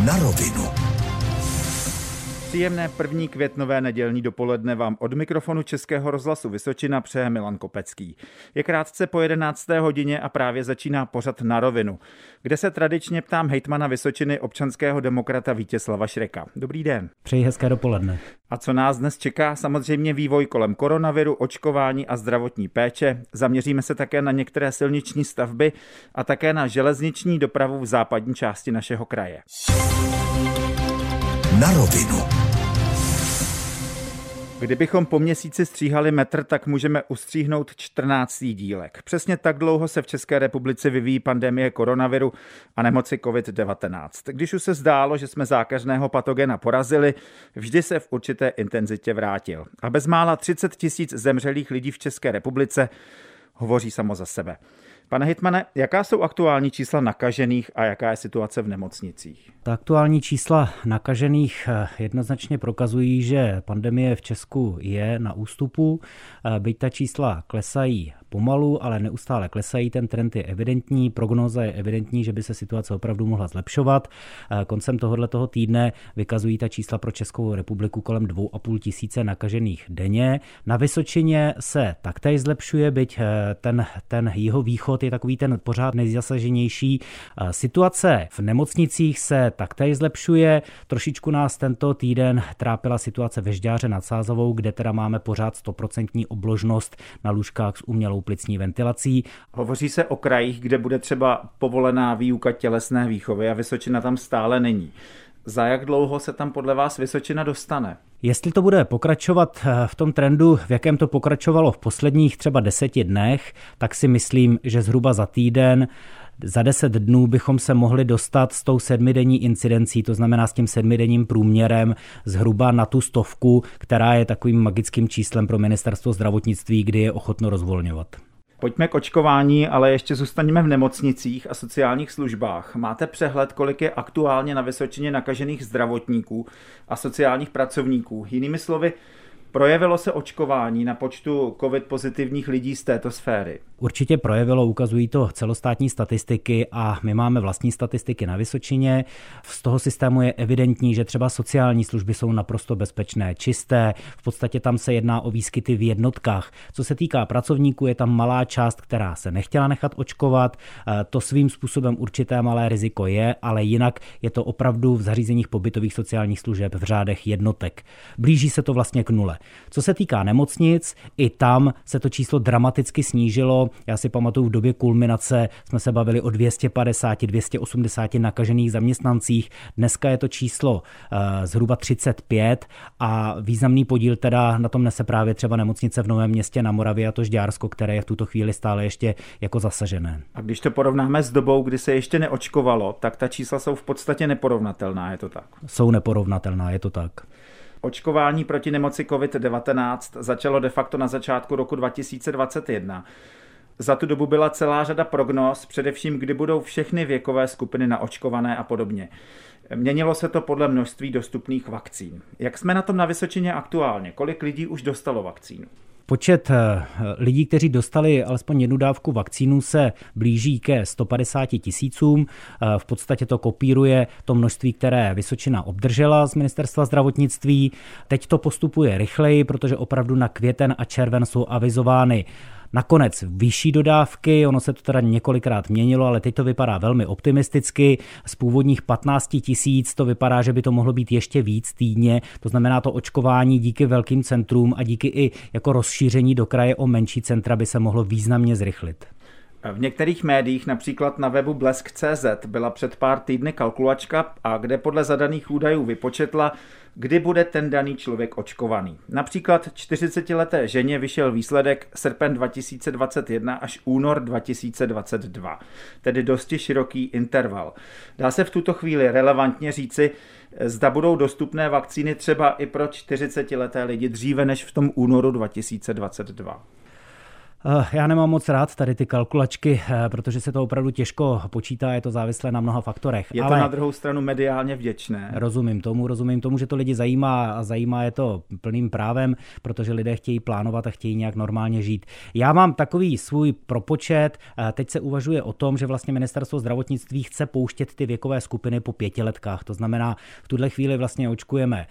Na rovinu. Příjemné 1. květnové nedělní dopoledne vám od mikrofonu Českého rozhlasu Vysočina přeje Milan Kopecký. Je krátce po 11. hodině a právě začíná pořad Na rovinu, kde se tradičně ptám hejtmana Vysočiny občanského demokrata Vítězslava Šreka. Dobrý den. Přeji hezké dopoledne. A co nás dnes čeká? Samozřejmě vývoj kolem koronaviru, očkování a zdravotní péče. Zaměříme se také na některé silniční stavby a také na železniční dopravu v západní části našeho kraje. Na rovinu. Kdybychom po měsíci stříhali metr, tak můžeme ustříhnout 14. dílek. Přesně tak dlouho se v České republice vyvíjí pandemie koronaviru a nemoci COVID-19. Když už se zdálo, že jsme zákeřného patogena porazili, vždy se v určité intenzitě vrátil. A bezmála 30 000 zemřelých lidí v České republice hovoří samo za sebe. Pane hejtmane, jaká jsou aktuální čísla nakažených a jaká je situace v nemocnicích? Ta aktuální čísla nakažených jednoznačně prokazují, že pandemie v Česku je na ústupu. Byť ta čísla klesají pomalu, ale neustále klesají, ten trend je evidentní, prognóza je evidentní, že by se situace opravdu mohla zlepšovat. Koncem tohoto týdne vykazují ta čísla pro Českou republiku kolem 2 500 nakažených denně. Na Vysočině se taktéž zlepšuje, byť ten jihovýchod je takový ten pořád nejzasaženější. Situace v nemocnicích se taktéž zlepšuje. Trošičku nás tento týden trápila situace ve Žďáře nad Sázavou, kde teda máme pořád 100% obložnost na lůžkách s umělou plicní ventilací. Hovoří se o krajích, kde bude třeba povolená výuka tělesné výchovy a Vysočina tam stále není. Za jak dlouho se tam podle vás Vysočina dostane? Jestli to bude pokračovat v tom trendu, v jakém to pokračovalo v posledních třeba 10 dnech, tak si myslím, že zhruba za týden, za 10 dnů bychom se mohli dostat s tou 7denní incidencí, to znamená s tím 7denním průměrem zhruba na tu 100, která je takovým magickým číslem pro ministerstvo zdravotnictví, kdy je ochotno rozvolňovat. Pojďme k očkování, ale ještě zůstaňme v nemocnicích a sociálních službách. Máte přehled, kolik je aktuálně na Vysočině nakažených zdravotníků a sociálních pracovníků? Jinými slovy, projevilo se očkování na počtu covid pozitivních lidí z této sféry? Určitě projevilo, ukazují to celostátní statistiky a my máme vlastní statistiky na Vysočině. Z toho systému je evidentní, že třeba sociální služby jsou naprosto bezpečné, čisté, v podstatě tam se jedná o výskyty v jednotkách. Co se týká pracovníků, je tam malá část, která se nechtěla nechat očkovat, to svým způsobem určité malé riziko je, ale jinak je to opravdu v zařízeních pobytových sociálních služeb v řádech jednotek. Blíží se to vlastně k nule. Co se týká nemocnic, i tam se to číslo dramaticky snížilo. Já si pamatuju, v době kulminace jsme se bavili o 250, 280 nakažených zaměstnancích. Dneska je to číslo zhruba 35 a významný podíl teda na tom nese právě třeba nemocnice v Novém Městě na Moravě a to Žďársko, které je v tuto chvíli stále ještě jako zasažené. A když to porovnáme s dobou, kdy se ještě neočkovalo, tak ta čísla jsou v podstatě neporovnatelná, je to tak? Jsou neporovnatelná, je to tak. Očkování proti nemoci COVID-19 začalo de facto na začátku roku 2021. Za tu dobu byla celá řada prognóz, především kdy budou všechny věkové skupiny naočkované a podobně. Měnilo se to podle množství dostupných vakcín. Jak jsme na tom na Vysočině aktuálně? Kolik lidí už dostalo vakcínu? Počet lidí, kteří dostali alespoň jednu dávku vakcínu, se blíží ke 150 000. V podstatě to kopíruje to množství, které Vysočina obdržela z ministerstva zdravotnictví. Teď to postupuje rychleji, protože opravdu na květen a červen jsou avizovány nakonec vyšší dodávky, ono se to teda několikrát měnilo, ale teď to vypadá velmi optimisticky. Z původních 15 000 to vypadá, že by to mohlo být ještě víc týdně. To znamená, to očkování díky velkým centrům a díky i jako rozšíření do kraje o menší centra by se mohlo významně zrychlit. V některých médiích, například na webu Blesk.cz, byla před pár týdny kalkulačka, a kde podle zadaných údajů vypočetla, kdy bude ten daný člověk očkovaný. Například 40leté ženě vyšel výsledek srpen 2021 až únor 2022, tedy dosti široký interval. Dá se v tuto chvíli relevantně říci, zda budou dostupné vakcíny třeba i pro 40leté lidi dříve než v tom únoru 2022. Já nemám moc rád tady ty kalkulačky, protože se to opravdu těžko počítá, je to závislé na mnoha faktorech. Je to na druhou stranu mediálně vděčné. Rozumím tomu, že to lidi zajímá a zajímá je to plným právem, protože lidé chtějí plánovat a chtějí nějak normálně žít. Já mám takový svůj propočet, teď se uvažuje o tom, že vlastně ministerstvo zdravotnictví chce pouštět ty věkové skupiny po 5letkách. To znamená, v tuhle chvíli vlastně očkujeme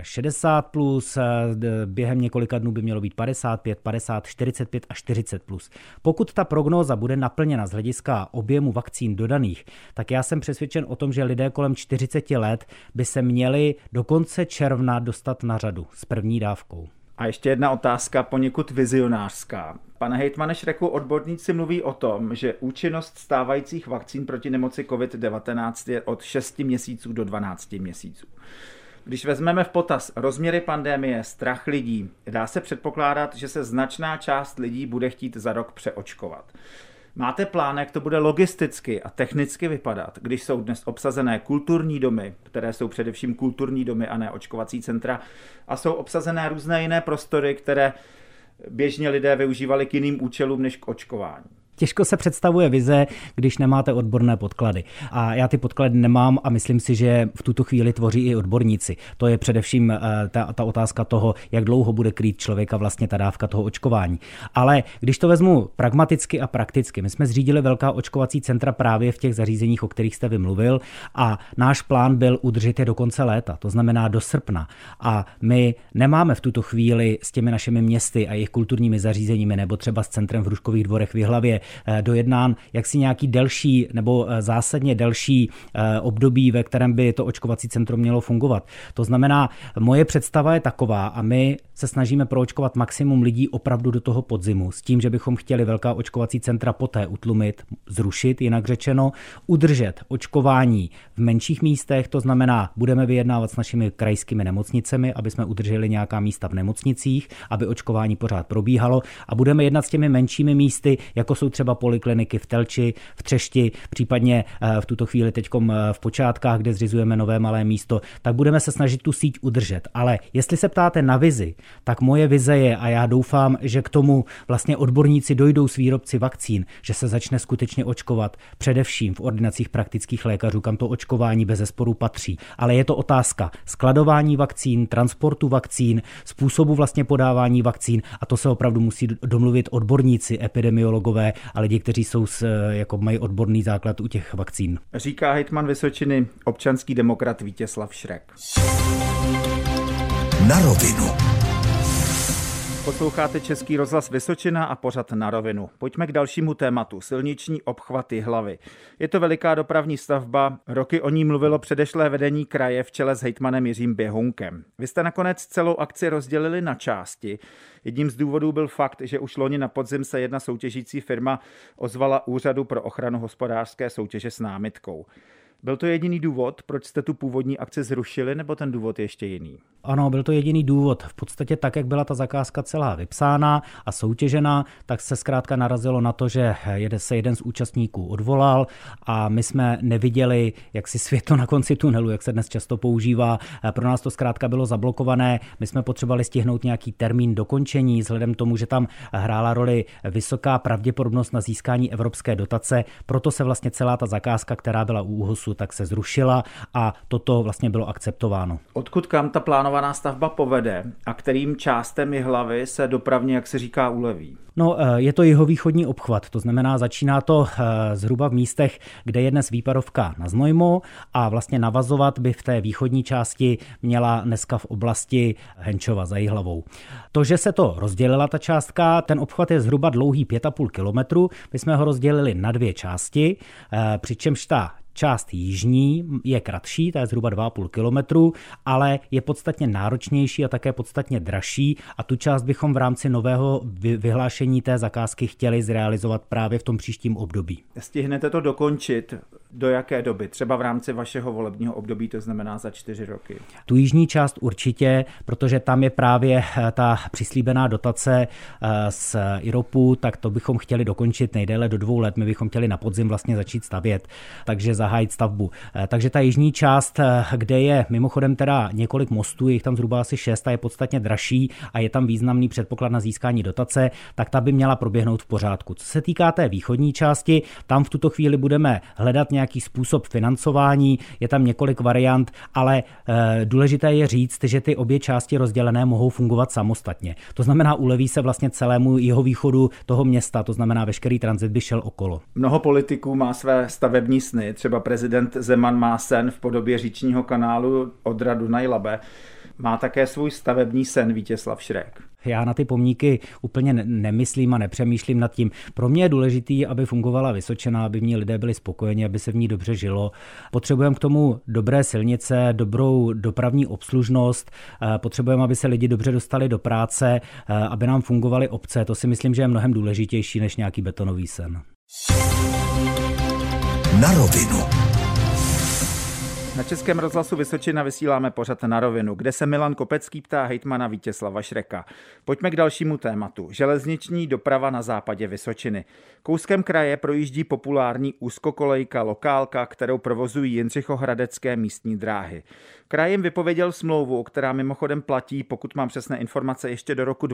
60+, během několika dnů by mělo být 55, 50, 45 a 40+. Pokud ta prognóza bude naplněna z hlediska objemu vakcín dodaných, tak já jsem přesvědčen o tom, že lidé kolem 40 let by se měli do konce června dostat na řadu s první dávkou. A ještě jedna otázka, poněkud vizionářská. Pane hejtmane Šreku, odborníci mluví o tom, že účinnost stávajících vakcín proti nemoci COVID-19 je od 6 měsíců do 12 měsíců. Když vezmeme v potaz rozměry pandemie, strach lidí, dá se předpokládat, že se značná část lidí bude chtít za rok přeočkovat. Máte plán, jak to bude logisticky a technicky vypadat, když jsou dnes obsazené kulturní domy, které jsou především kulturní domy a ne očkovací centra, a jsou obsazené různé jiné prostory, které běžně lidé využívali k jiným účelům než k očkování? Těžko se představuje vize, když nemáte odborné podklady. A já ty podklady nemám a myslím si, že v tuto chvíli tvoří i odborníci. To je především ta otázka toho, jak dlouho bude krýt člověka vlastně ta dávka toho očkování. Ale když to vezmu pragmaticky a prakticky, my jsme zřídili velká očkovací centra právě v těch zařízeních, o kterých jste vymluvil, a náš plán byl udržet je do konce léta, to znamená do srpna. A my nemáme v tuto chvíli s těmi našimi městy a jejich kulturními zařízeními nebo třeba s centrem v Hruškových Dvorech v Jihlavě dojednán jaksi nějaký delší nebo zásadně delší období, ve kterém by to očkovací centrum mělo fungovat. To znamená, moje představa je taková a my se snažíme proočkovat maximum lidí opravdu do toho podzimu s tím, že bychom chtěli velká očkovací centra poté utlumit, zrušit, jinak řečeno, udržet očkování v menších místech, to znamená, budeme vyjednávat s našimi krajskými nemocnicemi, aby jsme udrželi nějaká místa v nemocnicích, aby očkování pořád probíhalo, a budeme jednat s těmi menšími místy, jako jsou třeba polikliniky v Telči, v Třešti, případně v tuto chvíli teďkom v počátkách, kde zřizujeme nové malé místo, tak budeme se snažit tu síť udržet. Ale jestli se ptáte na vizi, tak moje vize je, a já doufám, že k tomu vlastně odborníci dojdou s výrobci vakcín, že se začne skutečně očkovat především v ordinacích praktických lékařů, kam to očkování bezesporu patří. Ale je to otázka skladování vakcín, transportu vakcín, způsobu vlastně podávání vakcín, a to se opravdu musí domluvit odborníci, epidemiologové a lidi, kteří jsou jako mají odborný základ u těch vakcín. Říká hejtman Vysočiny, občanský demokrat Vítězslav Šrek. Na rovinu. Posloucháte Český rozhlas Vysočina a pořad Na rovinu. Pojďme k dalšímu tématu. Silniční obchvat Jihlavy. Je to veliká dopravní stavba. Roky o ní mluvilo předešlé vedení kraje v čele s hejtmanem Jiřím Běhounkem. Vy jste nakonec celou akci rozdělili na části. Jedním z důvodů byl fakt, že už loni na podzim se jedna soutěžící firma ozvala Úřadu pro ochranu hospodářské soutěže s námitkou. Byl to jediný důvod, proč jste tu původní akci zrušili, nebo ten důvod je ještě jiný? Ano, byl to jediný důvod. V podstatě tak, jak byla ta zakázka celá vypsána a soutěžena, tak se zkrátka narazilo na to, že se jeden z účastníků odvolal a my jsme neviděli jaksi světlo na konci tunelu, jak se dnes často používá. Pro nás to zkrátka bylo zablokované. My jsme potřebovali stihnout nějaký termín dokončení, vzhledem k tomu, že tam hrála roli vysoká pravděpodobnost na získání evropské dotace. Proto se vlastně celá ta zakázka, která byla u ÚOHSu, tak se zrušila a toto vlastně bylo akceptováno. Odkud kam ta plánovaná stavba povede a kterým částem Jihlavy se dopravně, jak se říká, uleví? No, je to jihovýchodní obchvat, to znamená, začíná to zhruba v místech, kde je dnes výparovka na Znojmo, a vlastně navazovat by v té východní části měla dneska v oblasti Henčova za Jihlavou. To, že se to rozdělila ta částka, ten obchvat je zhruba dlouhý 5,5 kilometru, my jsme ho rozdělili na dvě části, přičemž ta část jižní je kratší, to je zhruba 2,5 kilometru, ale je podstatně náročnější a také podstatně dražší, a tu část bychom v rámci nového vyhlášení té zakázky chtěli zrealizovat právě v tom příštím období. Stihnete to dokončit do jaké doby? Třeba v rámci vašeho volebního období, to znamená za 4 roky? Tu jižní část určitě, protože tam je právě ta přislíbená dotace z IROPu, tak to bychom chtěli dokončit nejdéle do 2 let. My bychom chtěli na podzim vlastně začít stavět. Takže za zahájit stavbu. Takže ta jižní část, kde je mimochodem teda několik mostů, je jich tam zhruba asi 6 a je podstatně dražší a je tam významný předpoklad na získání dotace, tak ta by měla proběhnout v pořádku. Co se týká té východní části, tam v tuto chvíli budeme hledat nějaký způsob financování, je tam několik variant, ale důležité je říct, že ty obě části rozdělené mohou fungovat samostatně. To znamená, uleví se vlastně celému jihovýchodu toho města, to znamená, veškerý tranzit by šel okolo. Mnoho politiků má své stavební sny, třeba prezident Zeman má sen v podobě říčního kanálu Odra-Dunaj-Labe, má také svůj stavební sen Vítězslav Šrek. Já na ty pomníky úplně nemyslím a nepřemýšlím nad tím. Pro mě je důležitý, aby fungovala Vysočina, aby v ní lidé byli spokojeni, aby se v ní dobře žilo. Potřebujeme k tomu dobré silnice, dobrou dopravní obslužnost, potřebujeme, aby se lidi dobře dostali do práce, aby nám fungovaly obce. To si myslím, že je mnohem důležitější než nějaký betonový sen. Na rovinu. Na Českém rozhlasu Vysočina vysíláme pořad Na rovinu, kde se Milan Kopecký ptá hejtmana Vítězslava Šreka. Pojďme k dalšímu tématu. Železniční doprava na západě Vysočiny. Kouskem kraje projíždí populární úzkokolejka Lokálka, kterou provozují Jindřichohradecké místní dráhy. Kraj jim vypověděl smlouvu, která mimochodem platí, pokud mám přesné informace, ještě do roku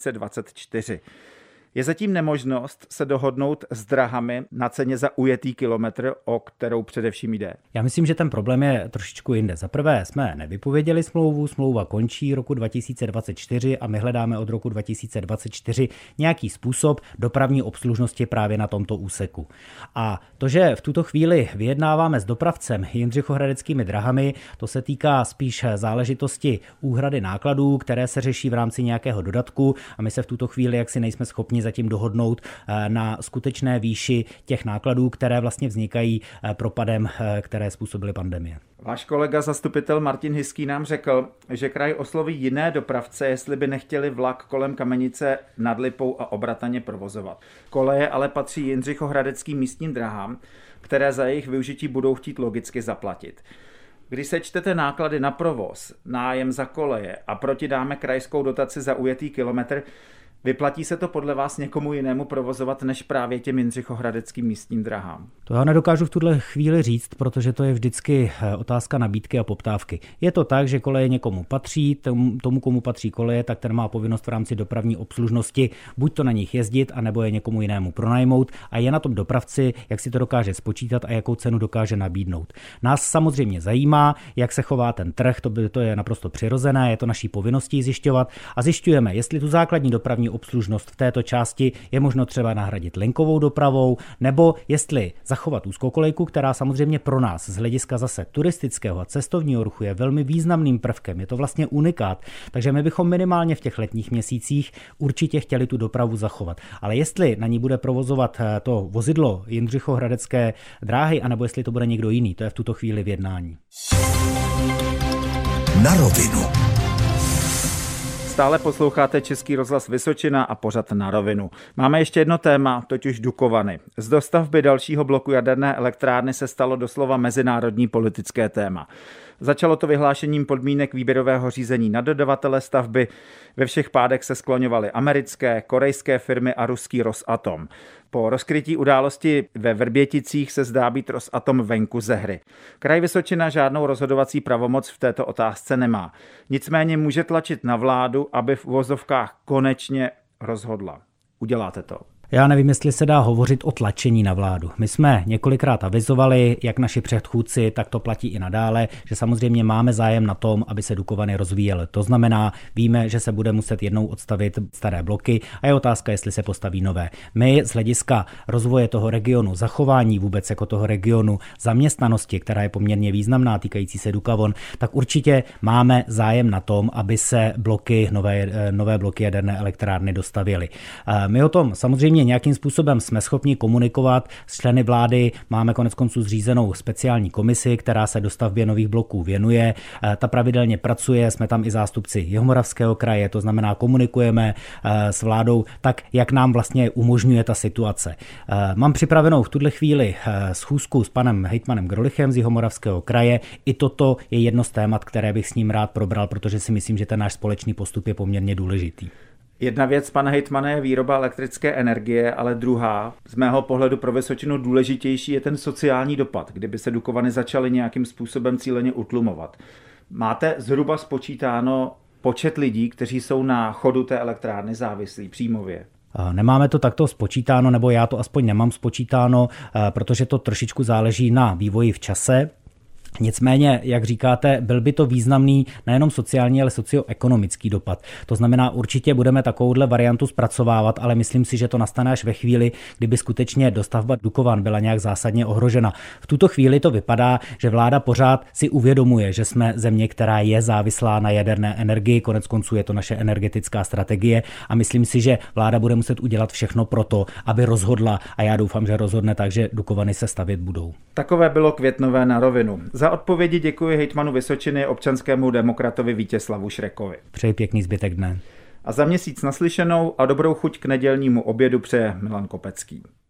2024. Je zatím nemožnost se dohodnout s drahami na ceně za ujetý kilometr, o kterou především jde? Já myslím, že ten problém je trošičku jinde. Za prvé jsme nevypověděli smlouvu, smlouva končí roku 2024 a my hledáme od roku 2024 nějaký způsob dopravní obslužnosti právě na tomto úseku. A to, že v tuto chvíli vyjednáváme s dopravcem Jindřichohradeckými drahami, to se týká spíš záležitosti úhrady nákladů, které se řeší v rámci nějakého dodatku a my se v tuto chvíli jaksi nejsme schopni zatím dohodnout na skutečné výši těch nákladů, které vlastně vznikají propadem, které způsobily pandemie. Váš kolega zastupitel Martin Hiský nám řekl, že kraj osloví jiné dopravce, jestli by nechtěli vlak kolem Kamenice nad Lipou a Obrataně provozovat. Koleje ale patří Jindřichohradeckým místním drahám, které za jejich využití budou chtít logicky zaplatit. Když sečtete náklady na provoz, nájem za koleje a proti dáme krajskou dotaci za ujetý kilometr, vyplatí se to podle vás někomu jinému provozovat než právě těm Jindřichohradeckým místním drahám? To já nedokážu v tuhle chvíli říct, protože to je vždycky otázka nabídky a poptávky. Je to tak, že koleje někomu patří, tomu, komu patří koleje, tak ten má povinnost v rámci dopravní obslužnosti buď to na nich jezdit, anebo je někomu jinému pronajmout a je na tom dopravci, jak si to dokáže spočítat a jakou cenu dokáže nabídnout. Nás samozřejmě zajímá, jak se chová ten trh, to je naprosto přirozené, je to naší povinností zjišťovat a zjišťujeme, jestli tu základní dopravní obslužnost v této části je možno třeba nahradit linkovou dopravou, nebo jestli zachovat úzkokolejku, která samozřejmě pro nás z hlediska zase turistického a cestovního ruchu je velmi významným prvkem. Je to vlastně unikát, takže my bychom minimálně v těch letních měsících určitě chtěli tu dopravu zachovat. Ale jestli na ní bude provozovat to vozidlo Jindřichohradecké dráhy, anebo jestli to bude někdo jiný, to je v tuto chvíli v jednání. Na rovinu. Stále posloucháte Český rozhlas Vysočina a pořad Na rovinu. Máme ještě jedno téma, totiž Dukovany. Z dostavby dalšího bloku jaderné elektrárny se stalo doslova mezinárodní politické téma. Začalo to vyhlášením podmínek výběrového řízení na dodavatele stavby. Ve všech pádech se skloňovaly americké, korejské firmy a ruský Rosatom. Po rozkrytí události ve Vrběticích se zdá být Rosatom venku ze hry. Kraj Vysočina žádnou rozhodovací pravomoc v této otázce nemá. Nicméně může tlačit na vládu, aby v uvozovkách konečně rozhodla. Uděláte to? Já nevím, jestli se dá hovořit o tlačení na vládu. My jsme několikrát avizovali, jak naši předchůdci, tak to platí i nadále, že samozřejmě máme zájem na tom, aby se Dukovany rozvíjely. To znamená, víme, že se bude muset jednou odstavit staré bloky a je otázka, jestli se postaví nové. My z hlediska rozvoje toho regionu, zachování vůbec jako toho regionu, zaměstnanosti, která je poměrně významná, týkající se Dukovan, tak určitě máme zájem na tom, aby se nové bloky jaderné elektrárny dostavěly. My o tom samozřejmě nějakým způsobem jsme schopni komunikovat s členy vlády. Máme koneckonců zřízenou speciální komisi, která se dostavbě nových bloků věnuje. Ta pravidelně pracuje, jsme tam i zástupci Jihomoravského kraje, to znamená komunikujeme s vládou tak, jak nám vlastně umožňuje ta situace. Mám připravenou v tuhle chvíli schůzku s panem hejtmanem Grolichem z Jihomoravského kraje. I toto je jedno z témat, které bych s ním rád probral, protože si myslím, že ten náš společný postup je poměrně důležitý. Jedna věc, pane hejtmane, je výroba elektrické energie, ale druhá, z mého pohledu pro Vysočinu důležitější, je ten sociální dopad, kdyby se Dukovany začaly nějakým způsobem cíleně utlumovat. Máte zhruba spočítáno počet lidí, kteří jsou na chodu té elektrárny závislí příjmově? Nemáme to takto spočítáno, nebo já to aspoň nemám spočítáno, protože to trošičku záleží na vývoji v čase. Nicméně, jak říkáte, byl by to významný nejenom sociální, ale socioekonomický dopad. To znamená, určitě budeme takovouhle variantu zpracovávat, ale myslím si, že to nastane až ve chvíli, kdyby skutečně dostavba Dukovan byla nějak zásadně ohrožena. V tuto chvíli to vypadá, že vláda pořád si uvědomuje, že jsme země, která je závislá na jaderné energii, konec konců je to naše energetická strategie a myslím si, že vláda bude muset udělat všechno pro to, aby rozhodla a já doufám, že rozhodne tak, že Dukovany se stavět budou. Takové bylo květnové Na rovinu. Za odpovědi děkuji hejtmanu Vysočiny, občanskému demokratovi Vítězslavu Šrekovi. Přeji pěkný zbytek dne. A za měsíc naslyšenou a dobrou chuť k nedělnímu obědu přeje Milan Kopecký.